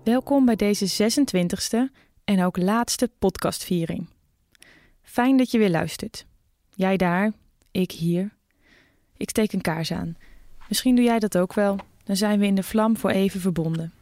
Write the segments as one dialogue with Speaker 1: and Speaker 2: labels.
Speaker 1: Welkom bij deze 26e en ook laatste podcastviering. Fijn dat je weer luistert. Jij daar, ik hier. Ik steek een kaars aan. Misschien doe jij dat ook wel. Dan zijn we in de vlam voor even verbonden.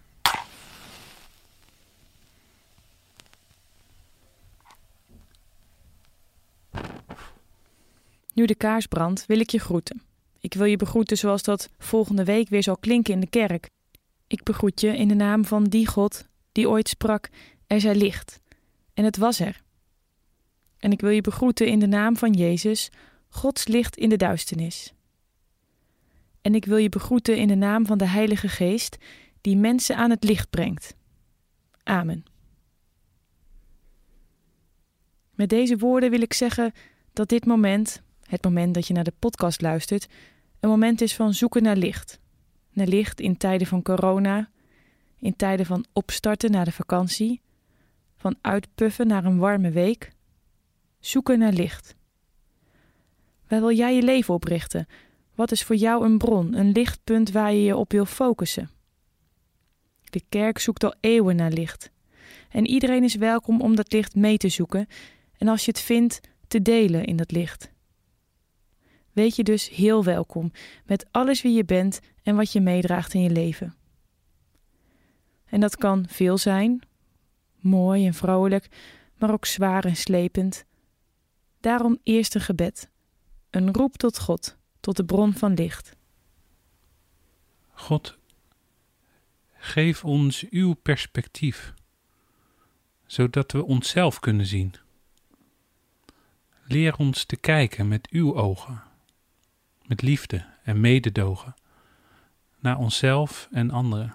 Speaker 1: Nu de kaars brandt, wil ik je groeten. Ik wil je begroeten zoals dat volgende week weer zal klinken in de kerk. Ik begroet je in de naam van die God die ooit sprak, er zij licht. En het was er. En ik wil je begroeten in de naam van Jezus, Gods licht in de duisternis. En ik wil je begroeten in de naam van de Heilige Geest, die mensen aan het licht brengt. Amen. Met deze woorden wil ik zeggen dat dit moment, het moment dat je naar de podcast luistert, een moment is van zoeken naar licht. Naar licht in tijden van corona, in tijden van opstarten naar de vakantie, van uitpuffen naar een warme week. Zoeken naar licht. Waar wil jij je leven oprichten? Wat is voor jou een bron, een lichtpunt waar je je op wil focussen? De kerk zoekt al eeuwen naar licht. En iedereen is welkom om dat licht mee te zoeken en als je het vindt, te delen in dat licht. Weet je dus heel welkom met alles wie je bent en wat je meedraagt in je leven. En dat kan veel zijn, mooi en vrolijk, maar ook zwaar en slepend. Daarom eerst een gebed, een roep tot God, tot de bron van licht.
Speaker 2: God, geef ons uw perspectief, zodat we onszelf kunnen zien. Leer ons te kijken met uw ogen, met liefde en mededogen, naar onszelf en anderen.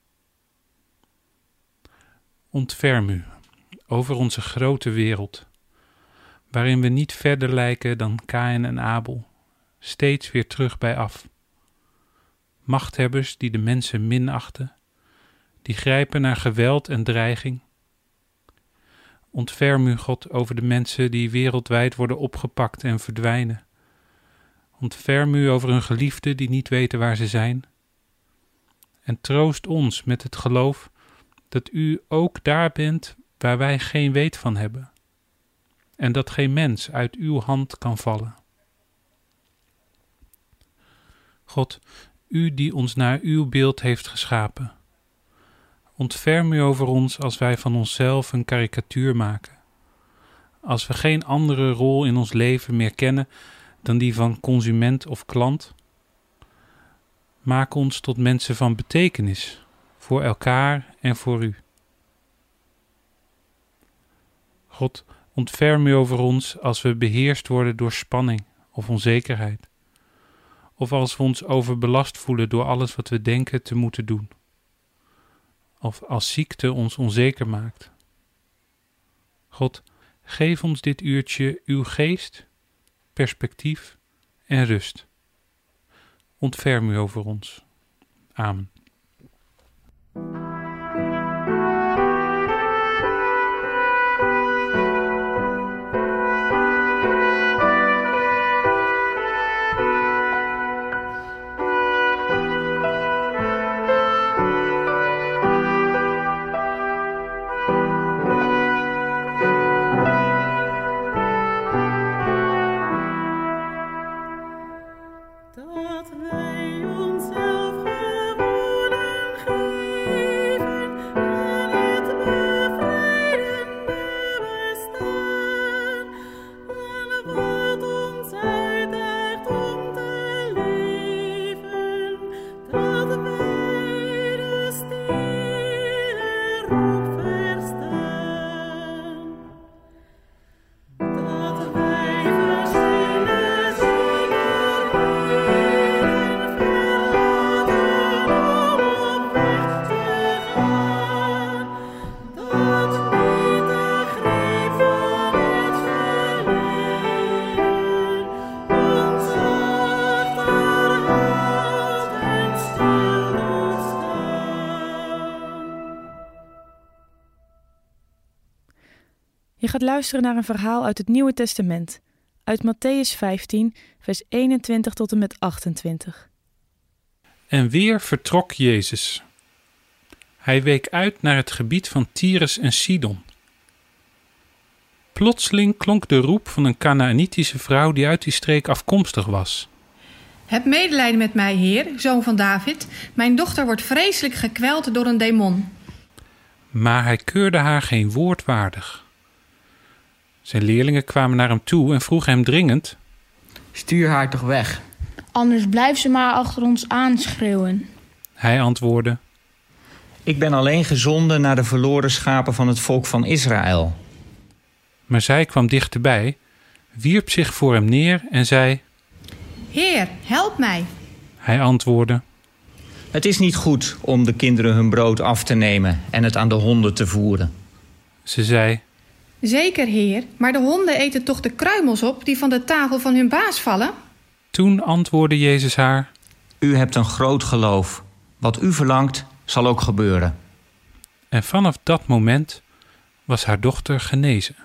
Speaker 2: Ontferm u over onze grote wereld, waarin we niet verder lijken dan Kaïn en Abel, steeds weer terug bij af. Machthebbers die de mensen minachten, die grijpen naar geweld en dreiging. Ontferm u, God, over de mensen die wereldwijd worden opgepakt en verdwijnen. Ontferm u over hun geliefden die niet weten waar ze zijn. En troost ons met het geloof dat u ook daar bent waar wij geen weet van hebben. En dat geen mens uit uw hand kan vallen. God, u die ons naar uw beeld heeft geschapen. Ontferm u over ons als wij van onszelf een karikatuur maken. Als we geen andere rol in ons leven meer kennen dan die van consument of klant. Maak ons tot mensen van betekenis, voor elkaar en voor u. God, ontferm u over ons als we beheerst worden door spanning of onzekerheid. Of als we ons overbelast voelen door alles wat we denken te moeten doen. Of als ziekte ons onzeker maakt. God, geef ons dit uurtje uw geest, perspectief en rust. Ontferm u over ons. Amen.
Speaker 3: Dat wij onszelf gewonnen geven aan het bevrijdende bestaan, aan wat ons uitdaagt om te leven, dat wij de stille roep verstaan, dat wij verzinnen zingen.
Speaker 1: Je gaat luisteren naar een verhaal uit het Nieuwe Testament, uit Mattheüs 15, vers 21 tot en met 28.
Speaker 2: En weer vertrok Jezus. Hij week uit naar het gebied van Tyrus en Sidon. Plotseling klonk de roep van een Kanaanitische vrouw die uit die streek afkomstig was.
Speaker 4: Heb medelijden met mij, Heer, zoon van David. Mijn dochter wordt vreselijk gekweld door een demon.
Speaker 2: Maar hij keurde haar geen woord waardig. Zijn leerlingen kwamen naar hem toe en vroegen hem dringend:
Speaker 5: Stuur haar toch weg.
Speaker 6: Anders blijft ze maar achter ons aanschreeuwen.
Speaker 2: Hij antwoordde:
Speaker 5: Ik ben alleen gezonden naar de verloren schapen van het volk van Israël.
Speaker 2: Maar zij kwam dichterbij, wierp zich voor hem neer en zei:
Speaker 4: Heer, help mij.
Speaker 2: Hij antwoordde:
Speaker 5: Het is niet goed om de kinderen hun brood af te nemen en het aan de honden te voeren.
Speaker 2: Ze zei:
Speaker 4: Zeker, Heer, maar de honden eten toch de kruimels op die van de tafel van hun baas vallen?
Speaker 2: Toen antwoordde Jezus haar:
Speaker 5: U hebt een groot geloof. Wat u verlangt, zal ook gebeuren.
Speaker 2: En vanaf dat moment was haar dochter genezen.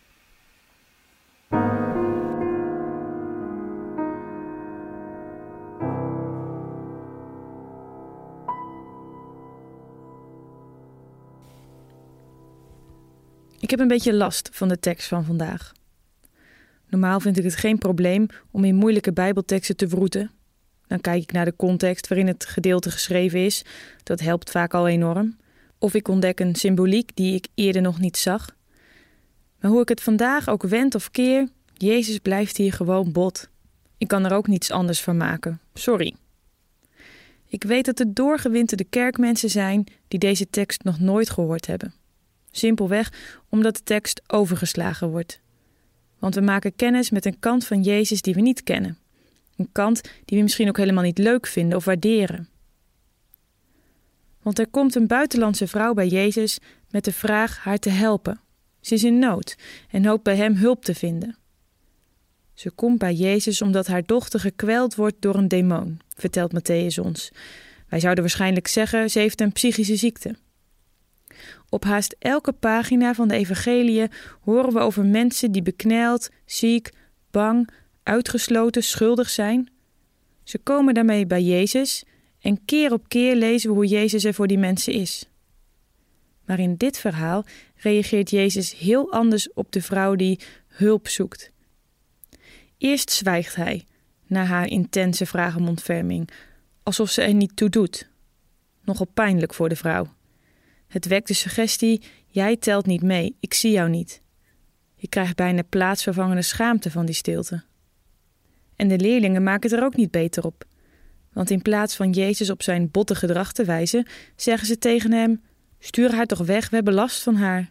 Speaker 1: Ik heb een beetje last van de tekst van vandaag. Normaal vind ik het geen probleem om in moeilijke Bijbelteksten te wroeten. Dan kijk ik naar de context waarin het gedeelte geschreven is. Dat helpt vaak al enorm. Of ik ontdek een symboliek die ik eerder nog niet zag. Maar hoe ik het vandaag ook wend of keer, Jezus blijft hier gewoon bot. Ik kan er ook niets anders van maken. Sorry. Ik weet dat er doorgewinterde kerkmensen zijn die deze tekst nog nooit gehoord hebben. Simpelweg omdat de tekst overgeslagen wordt. Want we maken kennis met een kant van Jezus die we niet kennen. Een kant die we misschien ook helemaal niet leuk vinden of waarderen. Want er komt een buitenlandse vrouw bij Jezus met de vraag haar te helpen. Ze is in nood en hoopt bij hem hulp te vinden. Ze komt bij Jezus omdat haar dochter gekweld wordt door een demon, vertelt Mattheüs ons. Wij zouden waarschijnlijk zeggen, ze heeft een psychische ziekte. Op haast elke pagina van de evangeliën horen we over mensen die bekneld, ziek, bang, uitgesloten, schuldig zijn. Ze komen daarmee bij Jezus en keer op keer lezen we hoe Jezus er voor die mensen is. Maar in dit verhaal reageert Jezus heel anders op de vrouw die hulp zoekt. Eerst zwijgt hij, na haar intense vraag om ontferming, alsof ze er niet toe doet. Nogal pijnlijk voor de vrouw. Het wekt de suggestie, jij telt niet mee, ik zie jou niet. Je krijgt bijna plaatsvervangende schaamte van die stilte. En de leerlingen maken het er ook niet beter op. Want in plaats van Jezus op zijn botte gedrag te wijzen, zeggen ze tegen hem, stuur haar toch weg, we hebben last van haar.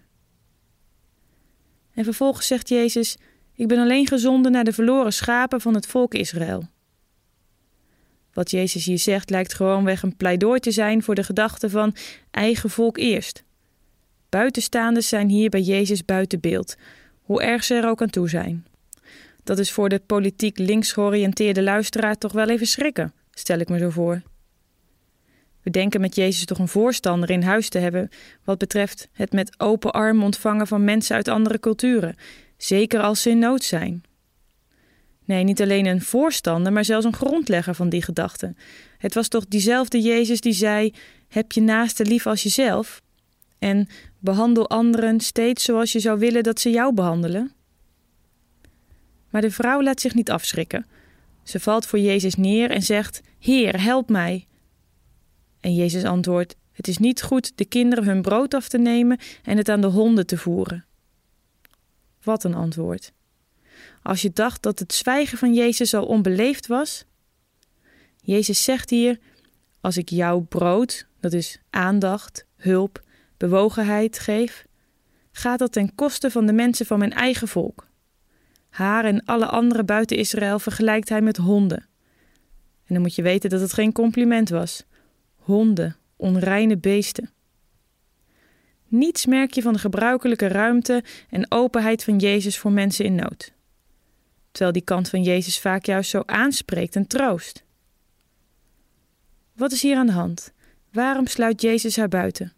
Speaker 1: En vervolgens zegt Jezus, ik ben alleen gezonden naar de verloren schapen van het volk Israël. Wat Jezus hier zegt lijkt gewoonweg een pleidooi te zijn voor de gedachte van eigen volk eerst. Buitenstaanders zijn hier bij Jezus buiten beeld, hoe erg ze er ook aan toe zijn. Dat is voor de politiek links georiënteerde luisteraar toch wel even schrikken, stel ik me zo voor. We denken met Jezus toch een voorstander in huis te hebben wat betreft het met open armen ontvangen van mensen uit andere culturen, zeker als ze in nood zijn. Nee, niet alleen een voorstander, maar zelfs een grondlegger van die gedachte. Het was toch diezelfde Jezus die zei, heb je naaste lief als jezelf en behandel anderen steeds zoals je zou willen dat ze jou behandelen. Maar de vrouw laat zich niet afschrikken. Ze valt voor Jezus neer en zegt, Heer, help mij. En Jezus antwoordt, het is niet goed de kinderen hun brood af te nemen en het aan de honden te voeren. Wat een antwoord. Als je dacht dat het zwijgen van Jezus al onbeleefd was. Jezus zegt hier, als ik jou brood, dat is aandacht, hulp, bewogenheid geef, gaat dat ten koste van de mensen van mijn eigen volk. Haar en alle anderen buiten Israël vergelijkt hij met honden. En dan moet je weten dat het geen compliment was. Honden, onreine beesten. Niets merk je van de gebruikelijke ruimte en openheid van Jezus voor mensen in nood. Terwijl die kant van Jezus vaak juist zo aanspreekt en troost. Wat is hier aan de hand? Waarom sluit Jezus haar buiten?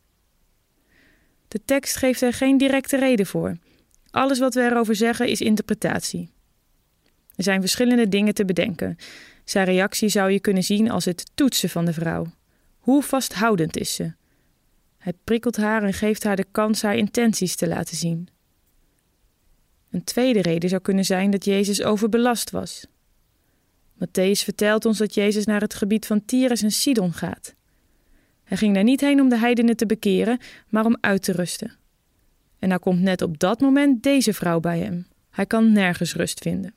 Speaker 1: De tekst geeft er geen directe reden voor. Alles wat we erover zeggen is interpretatie. Er zijn verschillende dingen te bedenken. Zijn reactie zou je kunnen zien als het toetsen van de vrouw. Hoe vasthoudend is ze? Hij prikkelt haar en geeft haar de kans haar intenties te laten zien. Een tweede reden zou kunnen zijn dat Jezus overbelast was. Mattheüs vertelt ons dat Jezus naar het gebied van Tyrus en Sidon gaat. Hij ging daar niet heen om de heidenen te bekeren, maar om uit te rusten. En nou komt net op dat moment deze vrouw bij hem. Hij kan nergens rust vinden.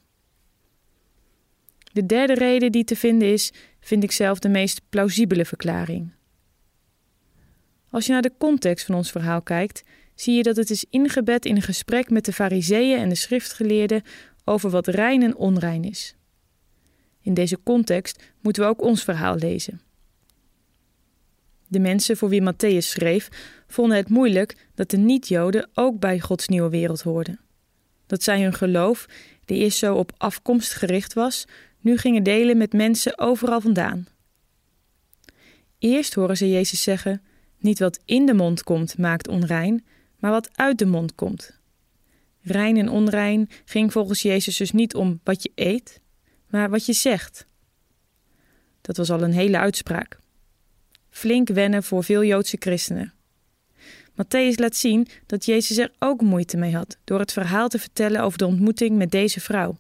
Speaker 1: De derde reden die te vinden is, vind ik zelf de meest plausibele verklaring. Als je naar de context van ons verhaal kijkt, zie je dat het is ingebed in een gesprek met de Farizeeën en de schriftgeleerden over wat rein en onrein is. In deze context moeten we ook ons verhaal lezen. De mensen voor wie Mattheüs schreef, vonden het moeilijk dat de niet-Joden ook bij Gods nieuwe wereld hoorden. Dat zij hun geloof, die eerst zo op afkomst gericht was, nu gingen delen met mensen overal vandaan. Eerst horen ze Jezus zeggen, niet wat in de mond komt maakt onrein, maar wat uit de mond komt. Rein en onrein ging volgens Jezus dus niet om wat je eet, maar wat je zegt. Dat was al een hele uitspraak. Flink wennen voor veel Joodse christenen. Mattheüs laat zien dat Jezus er ook moeite mee had door het verhaal te vertellen over de ontmoeting met deze vrouw.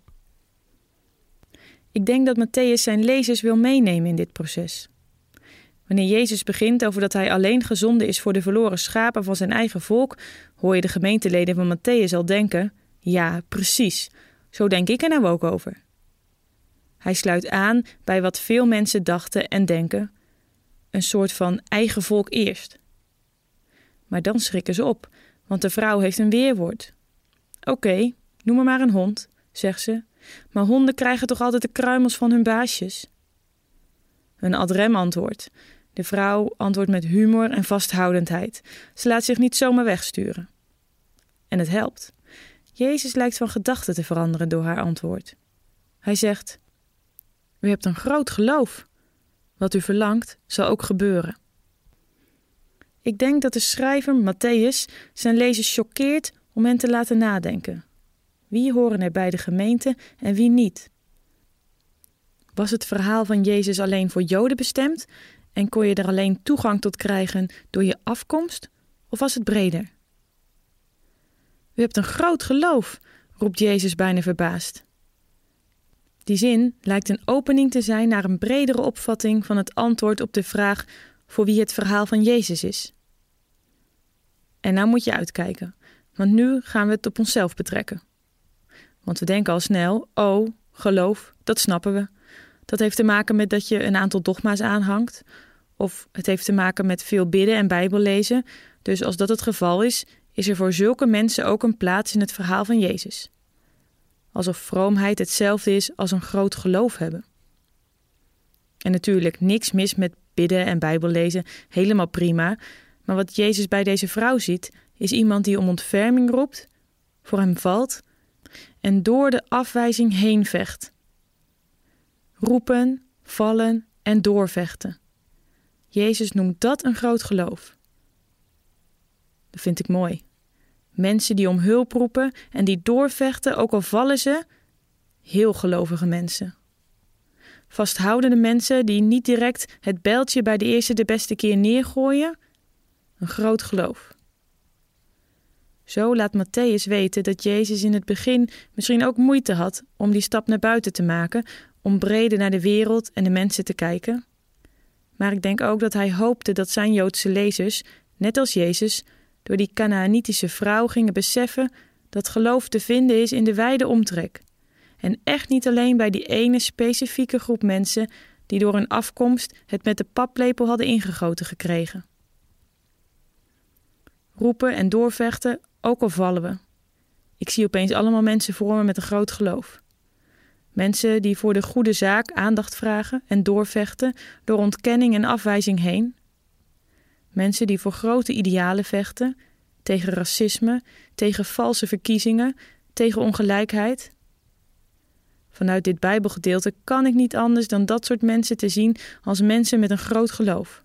Speaker 1: Ik denk dat Mattheüs zijn lezers wil meenemen in dit proces. Wanneer Jezus begint over dat hij alleen gezonden is voor de verloren schapen van zijn eigen volk, hoor je de gemeenteleden van Mattheüs al denken, ja, precies, zo denk ik er nou ook over. Hij sluit aan bij wat veel mensen dachten en denken, een soort van eigen volk eerst. Maar dan schrikken ze op, want de vrouw heeft een weerwoord. Oké, noem maar een hond, zegt ze, maar honden krijgen toch altijd de kruimels van hun baasjes? Een ad rem antwoord. De vrouw antwoordt met humor en vasthoudendheid. Ze laat zich niet zomaar wegsturen. En het helpt. Jezus lijkt van gedachten te veranderen door haar antwoord. Hij zegt, u hebt een groot geloof. Wat u verlangt, zal ook gebeuren. Ik denk dat de schrijver Mattheüs zijn lezers choqueert om hen te laten nadenken. Wie horen er bij de gemeente en wie niet? Was het verhaal van Jezus alleen voor Joden bestemd en kon je er alleen toegang tot krijgen door je afkomst, of was het breder? U hebt een groot geloof, roept Jezus bijna verbaasd. Die zin lijkt een opening te zijn naar een bredere opvatting van het antwoord op de vraag voor wie het verhaal van Jezus is. En nou moet je uitkijken, want nu gaan we het op onszelf betrekken. Want we denken al snel, oh, geloof, dat snappen we. Dat heeft te maken met dat je een aantal dogma's aanhangt. Of het heeft te maken met veel bidden en Bijbel lezen. Dus als dat het geval is, is er voor zulke mensen ook een plaats in het verhaal van Jezus. Alsof vroomheid hetzelfde is als een groot geloof hebben. En natuurlijk niks mis met bidden en Bijbel lezen, helemaal prima. Maar wat Jezus bij deze vrouw ziet, is iemand die om ontferming roept, voor hem valt en door de afwijzing heen vecht. Roepen, vallen en doorvechten. Jezus noemt dat een groot geloof. Dat vind ik mooi. Mensen die om hulp roepen en die doorvechten, ook al vallen ze, heel gelovige mensen. Vasthoudende mensen die niet direct het bijltje bij de eerste de beste keer neergooien, een groot geloof. Zo laat Mattheüs weten dat Jezus in het begin misschien ook moeite had om die stap naar buiten te maken, om breder naar de wereld en de mensen te kijken. Maar ik denk ook dat hij hoopte dat zijn Joodse lezers, net als Jezus, door die Kanaanitische vrouw gingen beseffen dat geloof te vinden is in de wijde omtrek. En echt niet alleen bij die ene specifieke groep mensen die door hun afkomst het met de paplepel hadden ingegoten gekregen. Roepen en doorvechten, ook al vallen we. Ik zie opeens allemaal mensen voor me met een groot geloof. Mensen die voor de goede zaak aandacht vragen en doorvechten door ontkenning en afwijzing heen. Mensen die voor grote idealen vechten, tegen racisme, tegen valse verkiezingen, tegen ongelijkheid. Vanuit dit Bijbelgedeelte kan ik niet anders dan dat soort mensen te zien als mensen met een groot geloof.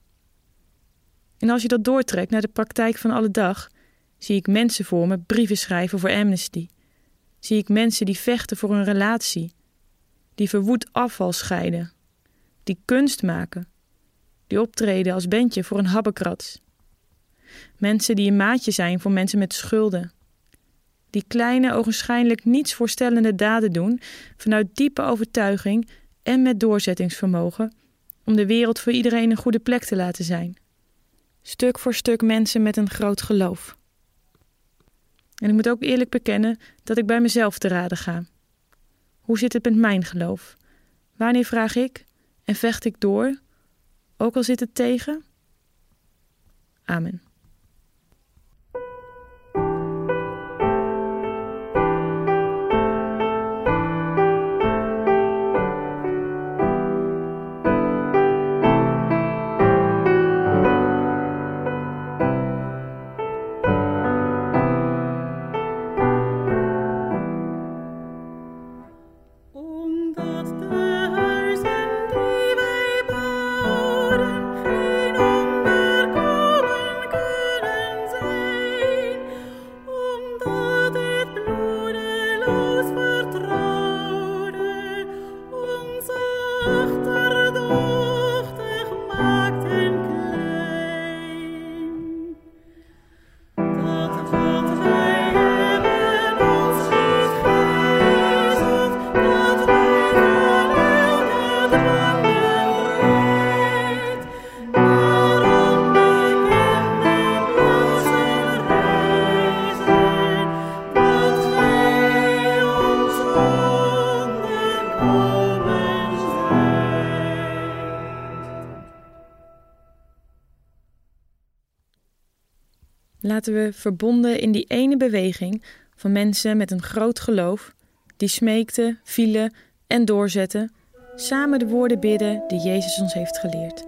Speaker 1: En als je dat doortrekt naar de praktijk van alle dag, zie ik mensen voor me brieven schrijven voor Amnesty. Zie ik mensen die vechten voor een relatie, die verwoed afval scheiden, die kunst maken, die optreden als bandje voor een habbekrats. Mensen die een maatje zijn voor mensen met schulden. Die kleine, ogenschijnlijk niets voorstellende daden doen vanuit diepe overtuiging en met doorzettingsvermogen om de wereld voor iedereen een goede plek te laten zijn. Stuk voor stuk mensen met een groot geloof. En ik moet ook eerlijk bekennen dat ik bij mezelf te raden ga. Hoe zit het met mijn geloof? Wanneer vraag ik en vecht ik door, ook al zit het tegen? Amen.
Speaker 3: Omdat de huizen die wij bouwen geen onderkomen kunnen zijn, omdat dit bloedeloos vertrouwde ons achterdochtig maakt en klein. Dat wat wij hebben ons niet gijzelt, dat wij geweldige dwanden breidt. Daarom bekend met loze reizen, dat wij ons onderkomen zijn.
Speaker 1: Laten we verbonden in die ene beweging van mensen met een groot geloof, die smeekten, vielen en doorzetten, samen de woorden bidden die Jezus ons heeft geleerd.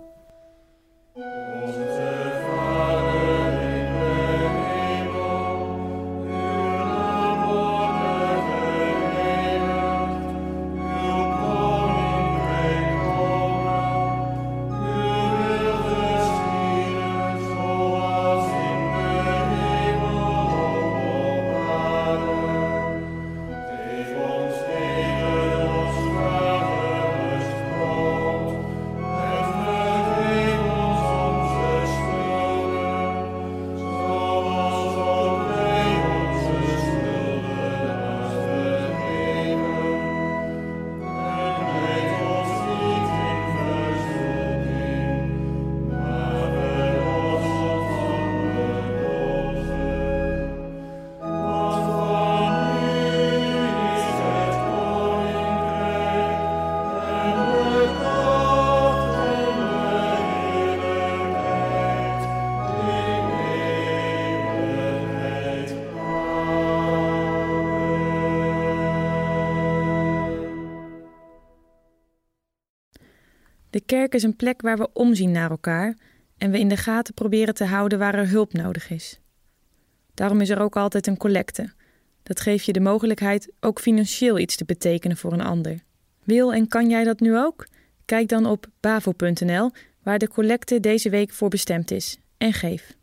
Speaker 1: De kerk is een plek waar we omzien naar elkaar en we in de gaten proberen te houden waar er hulp nodig is. Daarom is er ook altijd een collecte. Dat geeft je de mogelijkheid ook financieel iets te betekenen voor een ander. Wil en kan jij dat nu ook? Kijk dan op bavo.nl, waar de collecte deze week voor bestemd is, en geef.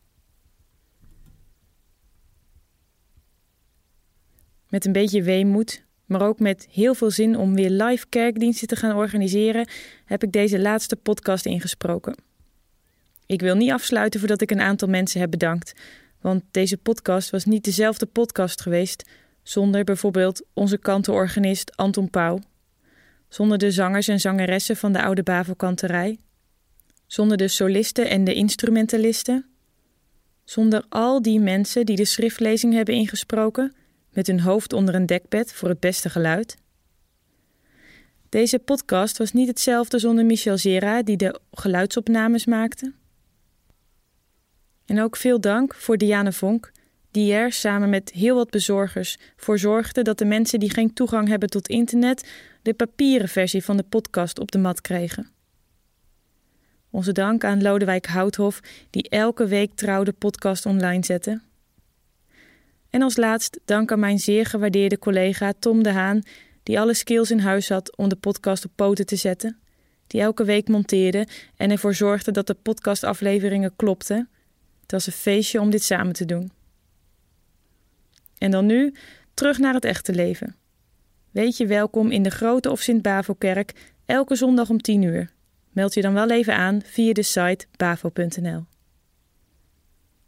Speaker 1: Met een beetje weemoed, maar ook met heel veel zin om weer live kerkdiensten te gaan organiseren, heb ik deze laatste podcast ingesproken. Ik wil niet afsluiten voordat ik een aantal mensen heb bedankt, want deze podcast was niet dezelfde podcast geweest zonder bijvoorbeeld onze kantororganist Anton Pauw, zonder de zangers en zangeressen van de oude Bavo-kanterij, zonder de solisten en de instrumentalisten, zonder al die mensen die de schriftlezing hebben ingesproken met hun hoofd onder een dekbed voor het beste geluid. Deze podcast was niet hetzelfde zonder Michel Zera, die de geluidsopnames maakte. En ook veel dank voor Diane Vonk, die er samen met heel wat bezorgers voor zorgde dat de mensen die geen toegang hebben tot internet de papieren versie van de podcast op de mat kregen. Onze dank aan Lodewijk Houthof, die elke week trouw de podcast online zette. En als laatst dank aan mijn zeer gewaardeerde collega Tom de Haan, die alle skills in huis had om de podcast op poten te zetten, die elke week monteerde en ervoor zorgde dat de podcastafleveringen klopten. Het was een feestje om dit samen te doen. En dan nu terug naar het echte leven. Weet je welkom in de Grote of Sint-Bavo-kerk elke zondag om 10:00. Meld je dan wel even aan via de site bavo.nl.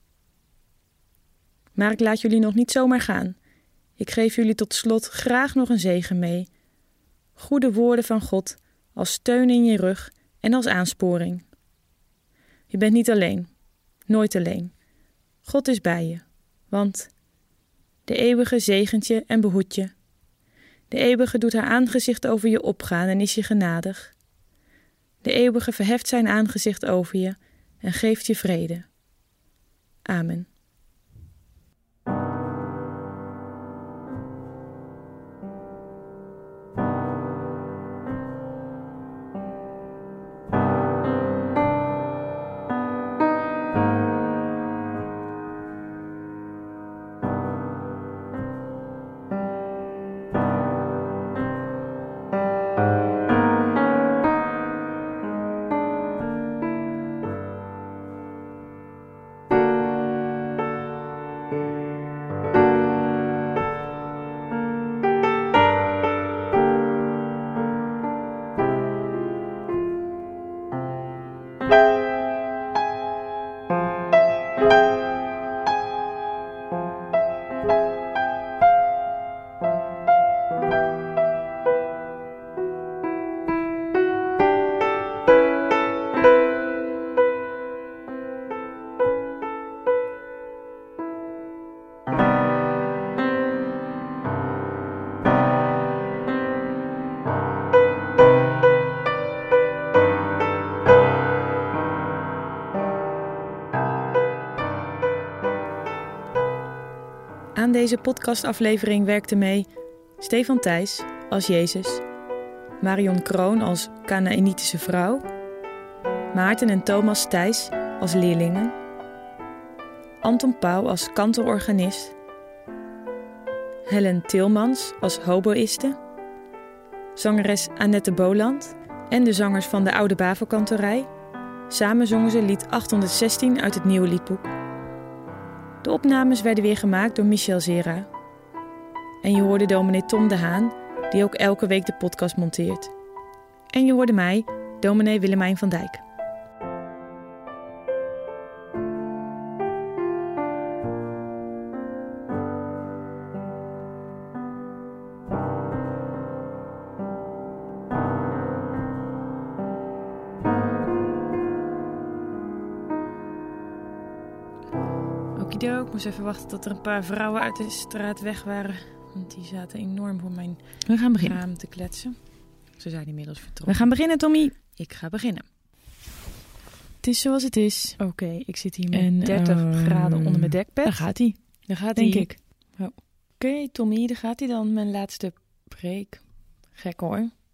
Speaker 1: Maar ik laat jullie nog niet zomaar gaan. Ik geef jullie tot slot graag nog een zegen mee. Goede woorden van God als steun in je rug en als aansporing. Je bent niet alleen, nooit alleen. God is bij je, want de eeuwige zegent je en behoedt je. De eeuwige doet haar aangezicht over je opgaan en is je genadig. De eeuwige verheft zijn aangezicht over je en geeft je vrede. Amen. Aan deze podcastaflevering werkte mee Stefan Thijs als Jezus, Marion Kroon als Kanaanitische vrouw, Maarten en Thomas Thijs als leerlingen, Anton Pauw als kantororganist, Helen Tilmans als hoboïste, zangeres Annette Boland en de zangers van de Oude Bavelkantorij. Samen zongen ze lied 816 uit het Nieuwe Liedboek. De opnames werden weer gemaakt door Michel Zera. En je hoorde dominee Tom de Haan, die ook elke week de podcast monteert. En je hoorde mij, dominee Willemijn van Dijk. Ik moest even wachten tot er een paar vrouwen uit de straat weg waren. Want die zaten enorm voor mijn raam te kletsen. Ze zijn inmiddels vertrokken. We gaan beginnen, Tommy. Ik ga beginnen. Het is zoals het is. Oké, ik zit hier met 30 graden onder mijn dekbed. Daar gaat hij. Denk ik. Oh. Oké, Tommy, daar gaat hij dan. Mijn laatste preek. Gek hoor.